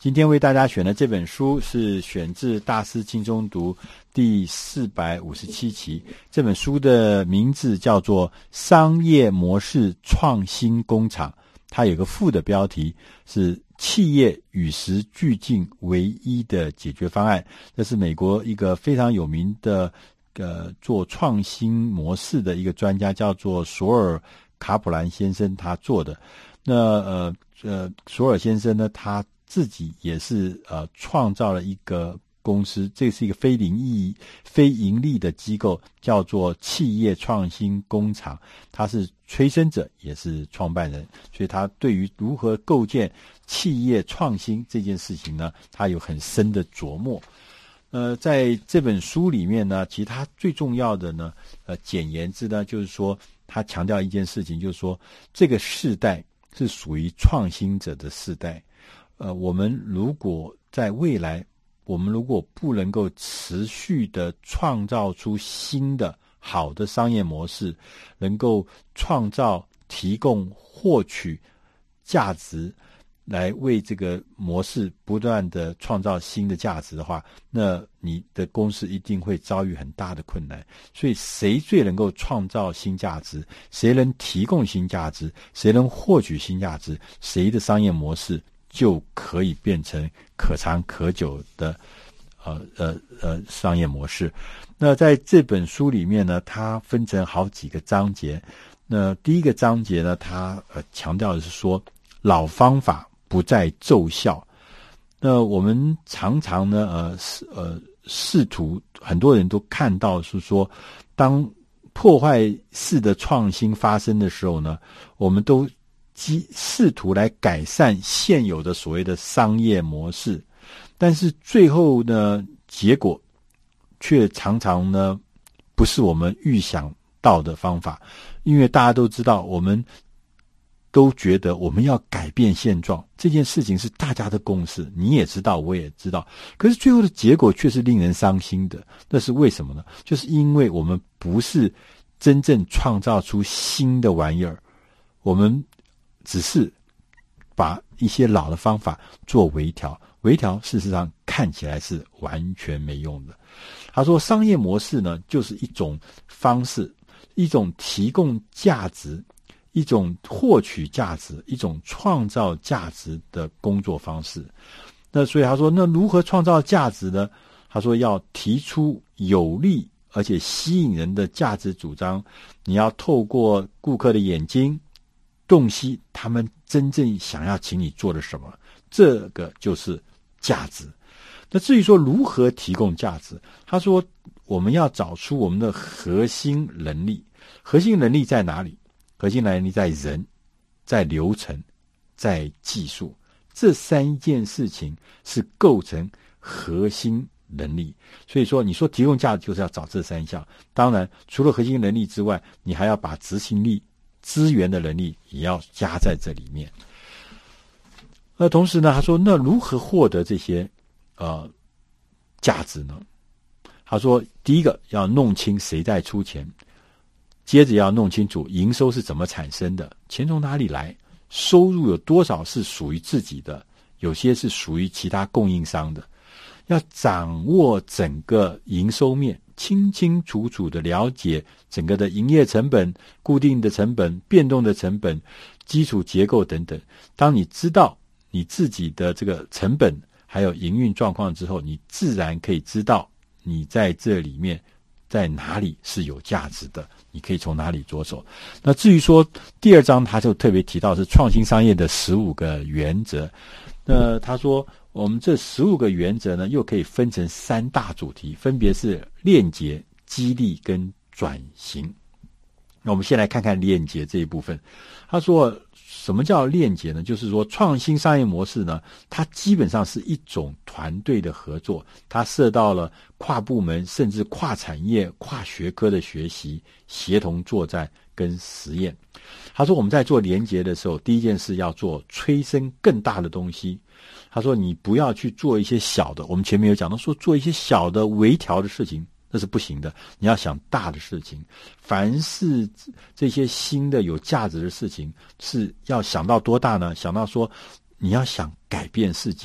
今天为大家选的这本书是选自大师轻松读第457期，这本书的名字叫做《商业模式创新工厂》，它有个副的标题是企业与时俱进唯一的解决方案。这是美国一个非常有名的做创新模式的一个专家，叫做索尔卡普兰先生他做的。那索尔先生呢，他自己也是创造了一个公司，这是一个非盈利的机构，叫做企业创新工厂。他是催生者，也是创办人，所以他对于如何构建企业创新这件事情呢，他有很深的琢磨。在这本书里面呢，其实他最重要的呢，简言之呢，就是说他强调一件事情，就是说这个世代是属于创新者的世代。我们如果在未来，我们如果不能够持续的创造出新的好的商业模式，能够创造、提供、获取价值，来为这个模式不断的创造新的价值的话，那你的公司一定会遭遇很大的困难。所以谁最能够创造新价值，谁能提供新价值，谁能获取新价值，谁的商业模式就可以变成可长可久的商业模式。那在这本书里面呢，它分成好几个章节。那第一个章节呢，它强调的是说老方法不再奏效。那我们常常呢试图，很多人都看到是说，当破坏式的创新发生的时候呢，我们都试图来改善现有的所谓的商业模式，但是最后呢，结果却常常呢不是我们预想到的方法。因为大家都知道，我们都觉得我们要改变现状，这件事情是大家的共识，你也知道，我也知道，可是最后的结果却是令人伤心的。那是为什么呢？就是因为我们不是真正创造出新的玩意儿，我们只是把一些老的方法做微调，事实上看起来是完全没用的。他说商业模式呢，就是一种方式，一种提供价值，一种获取价值，一种创造价值的工作方式。那所以他说，那如何创造价值呢？他说要提出有利而且吸引人的价值主张，你要透过顾客的眼睛洞悉他们真正想要请你做的什么，这个就是价值。那至于说如何提供价值，他说我们要找出我们的核心能力。核心能力在哪里？核心能力在人，在流程，在技术，这三件事情是构成核心能力。所以说你说提供价值就是要找这三项。当然除了核心能力之外，你还要把执行力、资源的能力也要加在这里面。同时呢，他说那如何获得这些价值呢？他说第一个要弄清谁在出钱，接着要弄清楚营收是怎么产生的，钱从哪里来，收入有多少是属于自己的，有些是属于其他供应商的。要掌握整个营收面，清清楚楚的了解整个的营业成本、固定的成本、变动的成本、基础结构等等。当你知道你自己的这个成本还有营运状况之后，你自然可以知道你在这里面在哪里是有价值的，你可以从哪里着手。那至于说第二章，他就特别提到是创新商业的15个原则。那他说我们这15个原则呢，又可以分成3大主题，分别是链接、激励跟转型。那我们先来看看链接这一部分。他说什么叫链接呢？就是说创新商业模式呢，它基本上是一种团队的合作，它涉到了跨部门甚至跨产业、跨学科的学习、协同作战跟实验。他说我们在做连结的时候，第一件事要做催生更大的东西。他说你不要去做一些小的，我们前面有讲到说做一些小的微调的事情，那是不行的，你要想大的事情。凡是这些新的有价值的事情，是要想到多大呢？想到说你要想改变世界，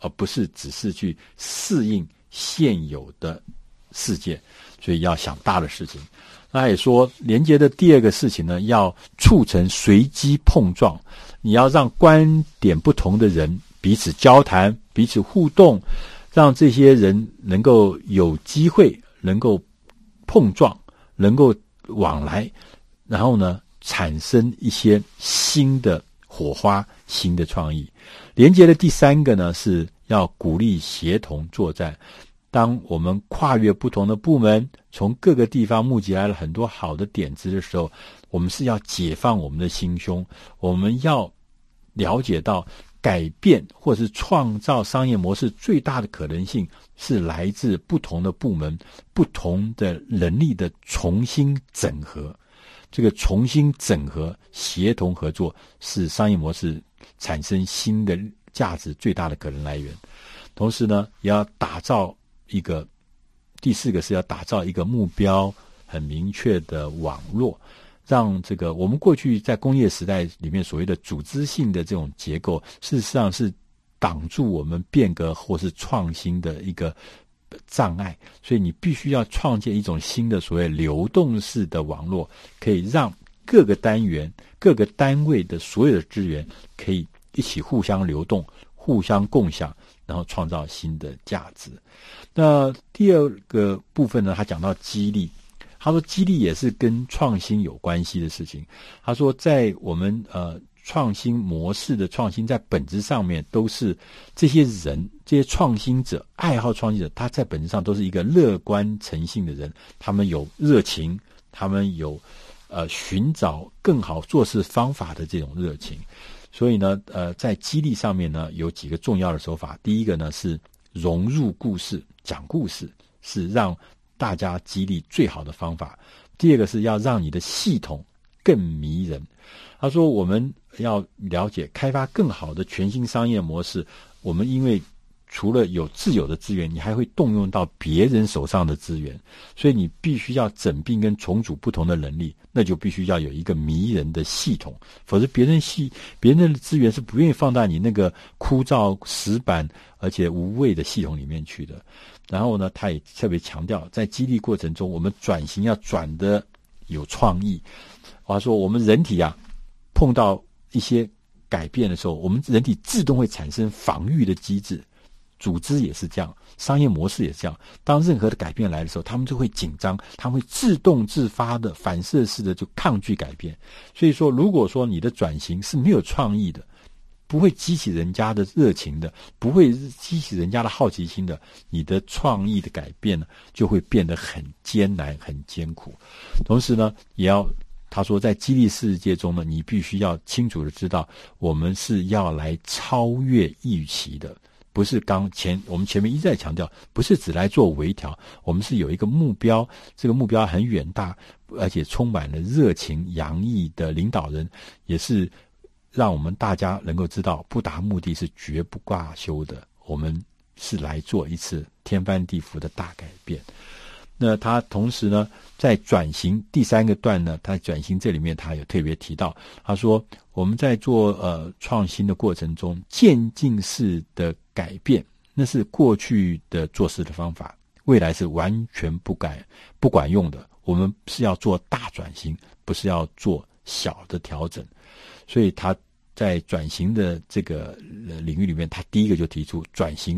而不是只是去适应现有的世界，所以要想大的事情。那也说连结的第二个事情呢，要促成随机碰撞，你要让观点不同的人彼此交谈，彼此互动，让这些人能够有机会能够碰撞，能够往来，然后呢产生一些新的火花，新的创意。连结的第三个呢，是要鼓励协同作战。当我们跨越不同的部门，从各个地方募集来了很多好的点子的时候，我们是要解放我们的心胸，我们要了解到改变或是创造商业模式最大的可能性是来自不同的部门，不同的能力的重新整合。这个重新整合、协同合作是商业模式产生新的价值最大的可能来源。同时呢，也要打造一个，第四个是要打造一个目标很明确的网络，让这个我们过去在工业时代里面所谓的组织性的这种结构，事实上是挡住我们变革或是创新的一个障碍，所以你必须要创建一种新的所谓流动式的网络，可以让各个单元、各个单位的所有的资源可以一起互相流动、互相共享，然后创造新的价值。那第二个部分呢，他讲到激励，他说激励也是跟创新有关系的事情。他说在我们创新模式的创新，在本质上面都是这些人、这些创新者、爱好创新者，他在本质上都是一个乐观诚信的人，他们有热情，他们有寻找更好做事方法的这种热情。所以呢在激励上面呢，有几个重要的手法。第一个呢是融入故事，讲故事是让大家激励最好的方法。第二个是要让你的系统更迷人。他说我们要了解开发更好的全新商业模式，我们因为除了有自有的资源，你还会动用到别人手上的资源，所以你必须要整并跟重组不同的能力，那就必须要有一个迷人的系统，否则别人的资源是不愿意放到你那个枯燥死板而且无味的系统里面去的。然后呢，他也特别强调在激励过程中，我们转型要转得有创意。他说我们人体碰到一些改变的时候，我们人体自动会产生防御的机制，组织也是这样，商业模式也是这样。当任何的改变来的时候，他们就会紧张，他们会自动自发的反射式的就抗拒改变。所以说如果说你的转型是没有创意的，不会激起人家的热情的，不会激起人家的好奇心的，你的创意的改变呢，就会变得很艰难、很艰苦。同时呢，他说在激励世界中呢，你必须要清楚的知道，我们是要来超越预期的，不是我们前面一再强调，不是只来做微调，我们是有一个目标，这个目标很远大，而且充满了热情洋溢的领导人，也是让我们大家能够知道，不达目的是绝不罢休的，我们是来做一次天翻地覆的大改变。那他同时呢，在转型第三个段呢，他转型这里面他有特别提到，他说我们在做创新的过程中，渐进式的改变，那是过去的做事的方法，未来是完全不管用的。我们是要做大转型，不是要做小的调整。所以他在转型的这个领域里面，他第一个就提出，转型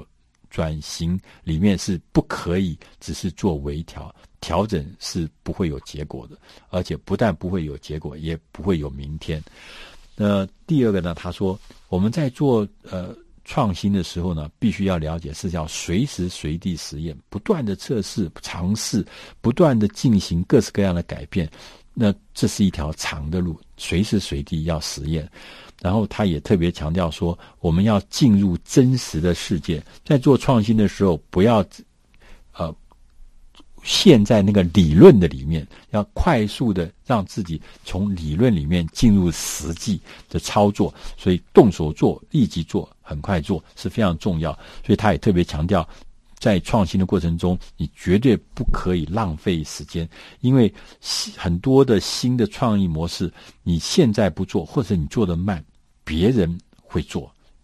里面是不可以只是做微调，调整是不会有结果的，而且不但不会有结果，也不会有明天。第二个呢，他说我们在做创新的时候呢，必须要了解是要随时随地实验，不断的测试、尝试，不断的进行各式各样的改变。那这是一条长的路，随时随地要实验。然后他也特别强调说，我们要进入真实的世界，在做创新的时候，不要陷在那个理论的里面，要快速的让自己从理论里面进入实际的操作。所以动手做、立即做、很快做是非常重要。所以他也特别强调，在创新的过程中，你绝对不可以浪费时间，因为很多的新的创意模式，你现在不做，或者你做得慢，别人会做，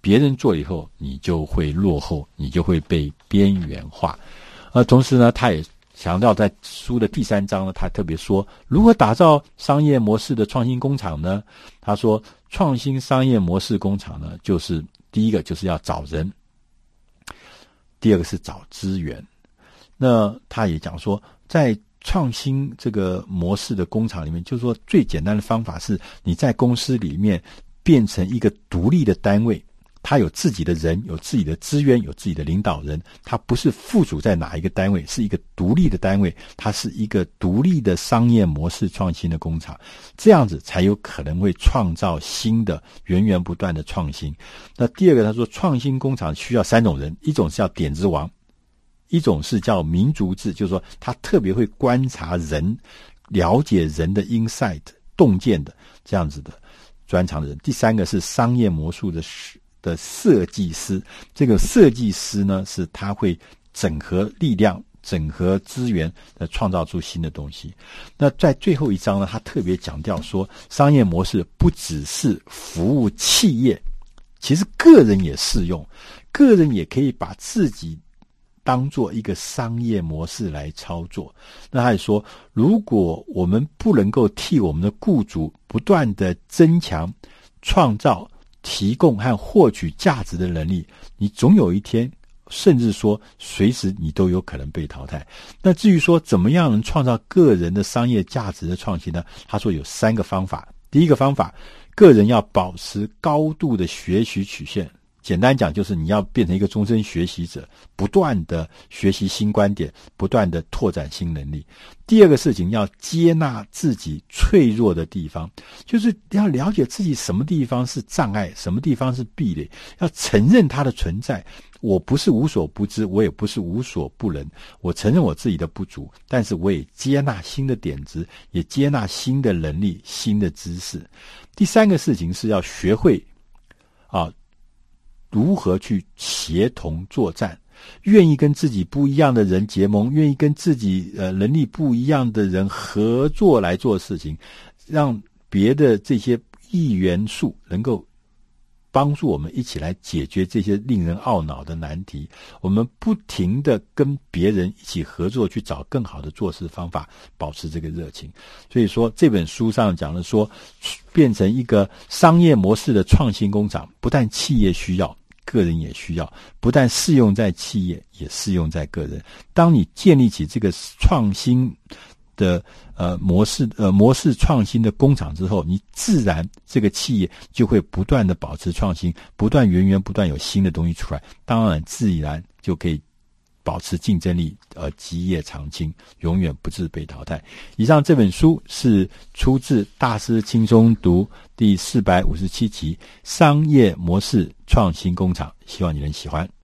别人做了以后，你就会落后，你就会被边缘化。同时呢，他也强调在书的第3章呢，他特别说如何打造商业模式的创新工厂呢？他说，创新商业模式工厂呢，就是第一个就是要找人，第二个是找资源。那他也讲说，在创新这个模式的工厂里面，就是说最简单的方法是你在公司里面变成一个独立的单位，他有自己的人，有自己的资源，有自己的领导人，他不是附属在哪一个单位，是一个独立的单位，它是一个独立的商业模式创新的工厂，这样子才有可能会创造新的源源不断的创新。那第二个，他说创新工厂需要3种人，一种是叫点子王，一种是叫民族志，就是说他特别会观察人，了解人的 insight 洞见的这样子的专长的人。第三个是商业魔术的设计师，这个设计师呢，是他会整合力量，整合资源，创造出新的东西。那在最后一章呢，他特别强调说，商业模式不只是服务企业，其实个人也适用，个人也可以把自己当做一个商业模式来操作。那他也说，如果我们不能够替我们的雇主不断的增强、创造、提供和获取价值的能力，你总有一天，甚至说随时你都有可能被淘汰。那至于说怎么样能创造个人的商业价值的创新呢？他说有3个方法。第一个方法，个人要保持高度的学习曲线，简单讲就是你要变成一个终身学习者，不断的学习新观点，不断的拓展新能力。第二个事情，要接纳自己脆弱的地方，就是要了解自己什么地方是障碍，什么地方是壁垒，要承认它的存在。我不是无所不知，我也不是无所不能，我承认我自己的不足，但是我也接纳新的点子，也接纳新的能力，新的知识。第3个事情是要学会如何去协同作战，愿意跟自己不一样的人结盟，愿意跟自己能力不一样的人合作来做事情，让别的这些异元素能够帮助我们一起来解决这些令人懊恼的难题。我们不停的跟别人一起合作，去找更好的做事方法，保持这个热情。所以说这本书上讲的说，变成一个商业模式的创新工厂，不但企业需要，个人也需要，不但适用在企业，也适用在个人。当你建立起这个创新的模式创新的工厂之后，你自然这个企业就会不断的保持创新，源源不断有新的东西出来，当然自然就可以保持竞争力，基业长青，永远不致被淘汰。以上这本书是出自大师轻松读第457期商业模式创新工厂，希望你能喜欢。